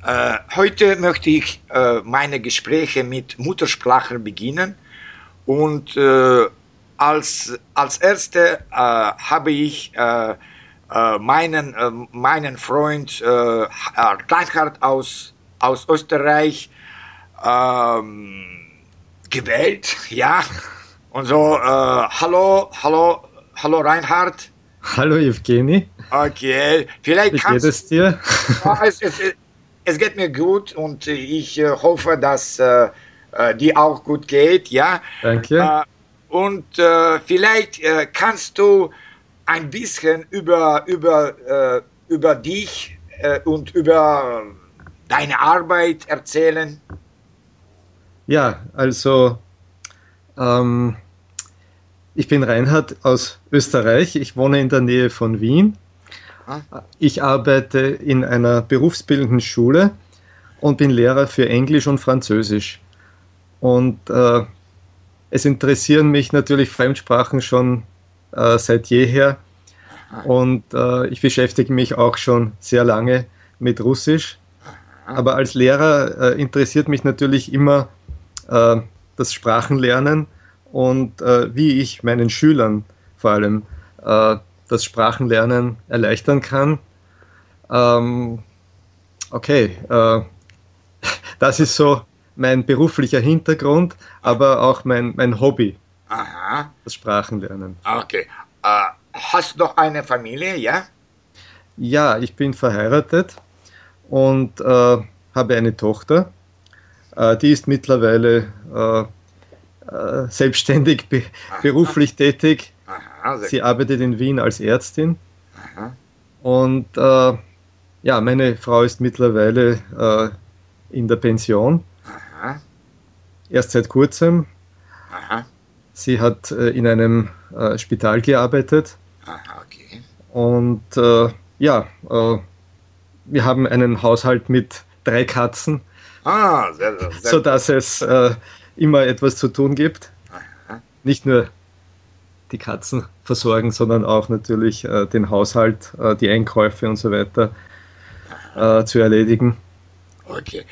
Heute möchte ich meine Gespräche mit Muttersprachlern beginnen und als erste habe ich meinen Freund Reinhard aus Österreich ähm, gewählt, ja. Und so, hallo Reinhard. Hallo Evgeni, Okay, vielleicht wie geht kannst es dir? ja, es geht mir gut und ich hoffe, dass dir auch gut geht, ja. Danke. Äh, und vielleicht kannst du ein bisschen über dich und über deine Arbeit erzählen. Ja, also ähm, ich bin Reinhard aus Österreich. Ich wohne in der Nähe von Wien. Hm? Ich arbeite in einer berufsbildenden Schule und bin Lehrer für Englisch und Französisch. Und es interessieren mich natürlich Fremdsprachen schon seit jeher. Und ich beschäftige mich auch schon sehr lange mit Russisch. Hm? Aber als Lehrer interessiert mich natürlich immer äh, das Sprachenlernen und wie ich meinen Schülern vor allem äh, das Sprachenlernen erleichtern kann. Ähm, okay, das ist so mein beruflicher Hintergrund, aber auch mein Hobby, Aha, das Sprachenlernen. okay. Hast du noch eine Familie, ja? Ja, ich bin verheiratet und habe eine Tochter. Die ist mittlerweile selbstständig Aha, beruflich tätig. aha, sehr Sie gut. arbeitet in Wien als Ärztin Aha, und ja, meine Frau ist mittlerweile in der Pension, aha, erst seit kurzem. aha, Sie hat in einem Spital gearbeitet aha, okay. und ja, wir haben einen Haushalt mit 3 Katzen, Sehr gut. sodass es immer etwas zu tun gibt. Aha. Nicht nur die Katzen versorgen, sondern auch natürlich den Haushalt, die Einkäufe und so weiter zu erledigen. Okay.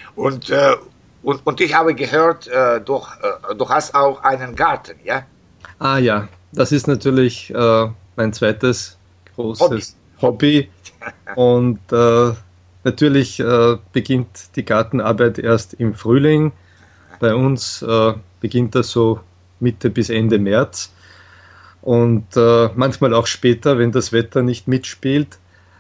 Und ich habe gehört, du hast auch einen Garten, ja? Ah ja, das ist natürlich mein zweites Hobby. großes Hobby. Hobby und natürlich beginnt die Gartenarbeit erst im Frühling. Bei uns beginnt das so Mitte bis Ende März und manchmal auch später, wenn das Wetter nicht mitspielt.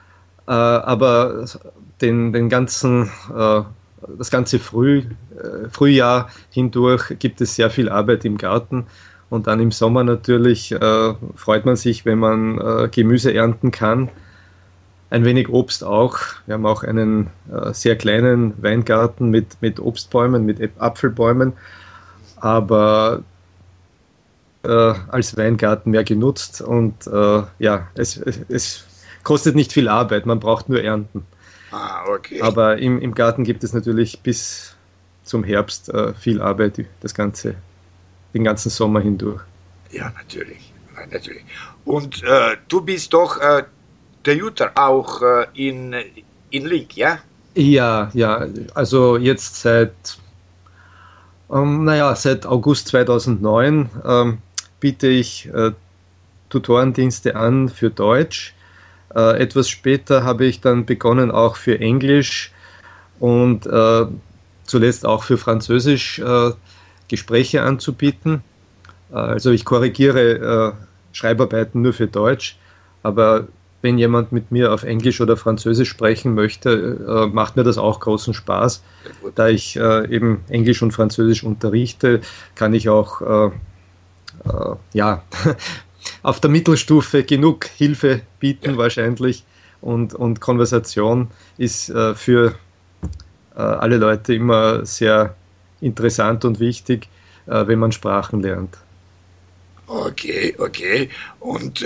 Aber den ganzen, das ganze Frühjahr hindurch gibt es sehr viel Arbeit im Garten. Und dann im Sommer natürlich freut man sich, wenn man Gemüse ernten kann. Ein wenig Obst auch. Wir haben auch einen sehr kleinen Weingarten mit Obstbäumen, mit Apfelbäumen, aber als Weingarten mehr genutzt. Und ja, es kostet nicht viel Arbeit, man braucht nur ernten. Okay. Aber im Garten gibt es natürlich bis zum Herbst viel Arbeit, den ganzen Sommer hindurch. Ja, natürlich. Ja, natürlich. Und du bist doch der Jutta auch in Link, ja? Ja, ja, also jetzt naja, seit August 2009 biete ich Tutorendienste an für Deutsch. Etwas später habe ich dann begonnen auch für Englisch und zuletzt auch für Französisch Gespräche anzubieten. Also ich korrigiere Schreibarbeiten nur für Deutsch, aber wenn jemand mit mir auf Englisch oder Französisch sprechen möchte, macht mir das auch großen Spaß. Sehr gut. Da ich eben Englisch und Französisch unterrichte, kann ich auch ja, auf der Mittelstufe genug Hilfe Ja. bieten wahrscheinlich und Konversation ist für alle Leute immer sehr interessant und wichtig, wenn man Sprachen lernt. Okay, okay. Und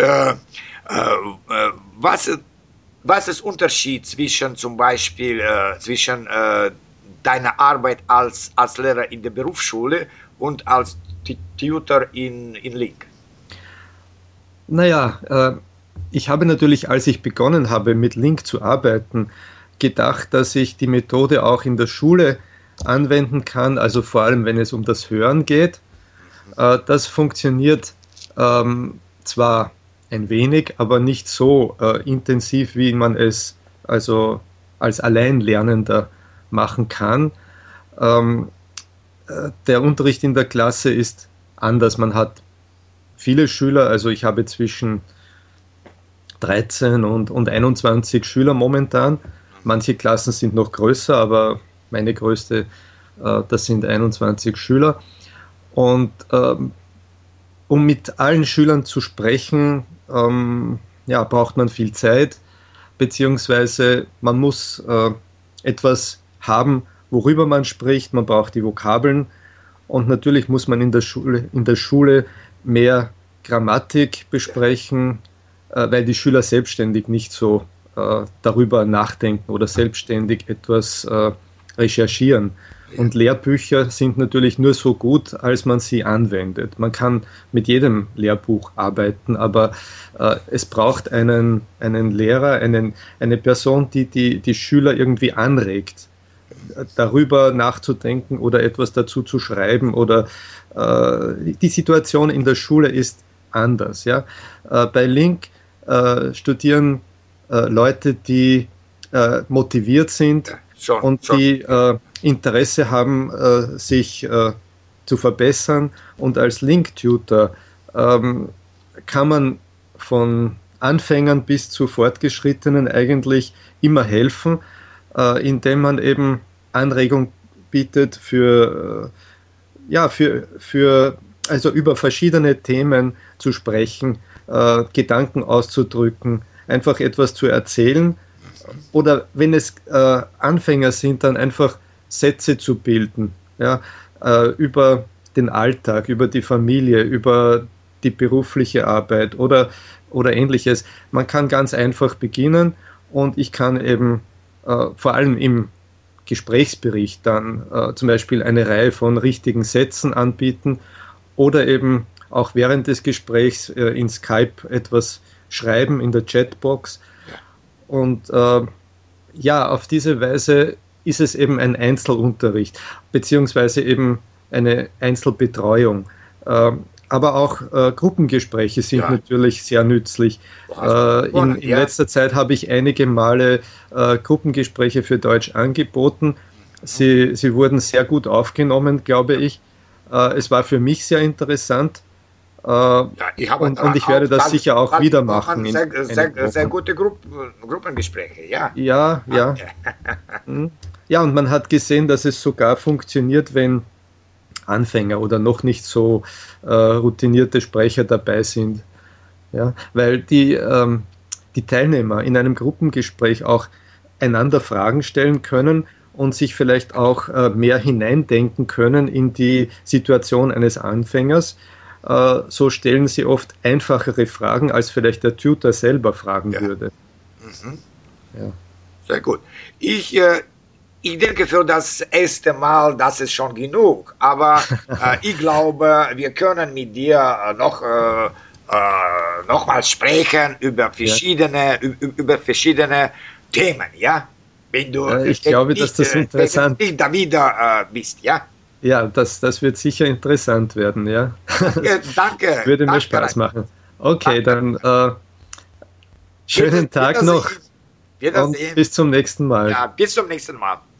was, was ist Unterschied zwischen zum Beispiel zwischen deiner Arbeit als Lehrer in der Berufsschule und als Tutor in Link? Naja, ich habe natürlich, als ich begonnen habe, mit Link zu arbeiten, gedacht, dass ich die Methode auch in der Schule anwenden kann, also vor allem wenn es um das Hören geht. Das funktioniert zwar ein wenig, aber nicht so intensiv, wie man es also als Alleinlernender machen kann. Der Unterricht in der Klasse ist anders. Man hat viele Schüler, also ich habe zwischen 13 und 21 Schüler momentan. Manche Klassen sind noch größer, aber meine größte, das sind 21 Schüler. Und um mit allen Schülern zu sprechen, ja, braucht man viel Zeit, beziehungsweise man muss etwas haben, worüber man spricht. Man braucht die Vokabeln und natürlich muss man in der Schule mehr Grammatik besprechen, weil die Schüler selbstständig nicht so darüber nachdenken oder selbstständig etwas recherchieren. Und Lehrbücher sind natürlich nur so gut, als man sie anwendet. Man kann mit jedem Lehrbuch arbeiten, aber es braucht einen Lehrer, eine Person, die Schüler irgendwie anregt, darüber nachzudenken oder etwas dazu zu schreiben. Oder die Situation in der Schule ist anders. Ja? Bei Link studieren Leute, die motiviert sind die Interesse haben, sich zu verbessern. Und als Link-Tutor kann man von Anfängern bis zu Fortgeschrittenen eigentlich immer helfen, indem man eben Anregung bietet also über verschiedene Themen zu sprechen, Gedanken auszudrücken, einfach etwas zu erzählen. Oder wenn es Anfänger sind, dann einfach Sätze zu bilden, ja, über den Alltag, über die Familie, über die berufliche Arbeit oder ähnliches. Man kann ganz einfach beginnen und ich kann eben vor allem im Gesprächsbericht dann zum Beispiel eine Reihe von richtigen Sätzen anbieten oder eben auch während des Gesprächs in Skype etwas schreiben in der Chatbox. Und ja, auf diese Weise ist es eben ein Einzelunterricht, beziehungsweise eben eine Einzelbetreuung. Aber auch Gruppengespräche sind natürlich sehr nützlich. In letzter Zeit habe ich einige Male Gruppengespräche für Deutsch angeboten. Sie wurden sehr gut aufgenommen, glaube ich. Es war für mich sehr interessant. Und ich werde das sicher auch wieder machen. Sehr gute Gruppengespräche, ja. Ja. Ja, und man hat gesehen, dass es sogar funktioniert, wenn Anfänger oder noch nicht so routinierte Sprecher dabei sind. Ja, weil die Teilnehmer in einem Gruppengespräch auch einander Fragen stellen können und sich vielleicht auch mehr hineindenken können in die Situation eines Anfängers. So stellen sie oft einfachere Fragen, als vielleicht der Tutor selber fragen würde. Ja. Sehr gut. Ich denke, für das erste Mal, das ist schon genug. Aber ich glaube, wir können mit dir nochmals sprechen über verschiedene Themen, ja? Wenn du ich glaube, dass das interessant nicht da wieder bist, ja? Ja, das wird sicher interessant werden, ja. Danke. Würde mir Spaß machen. Okay, dann schönen Tag noch. Und bis zum nächsten Mal. Ja, bis zum nächsten Mal.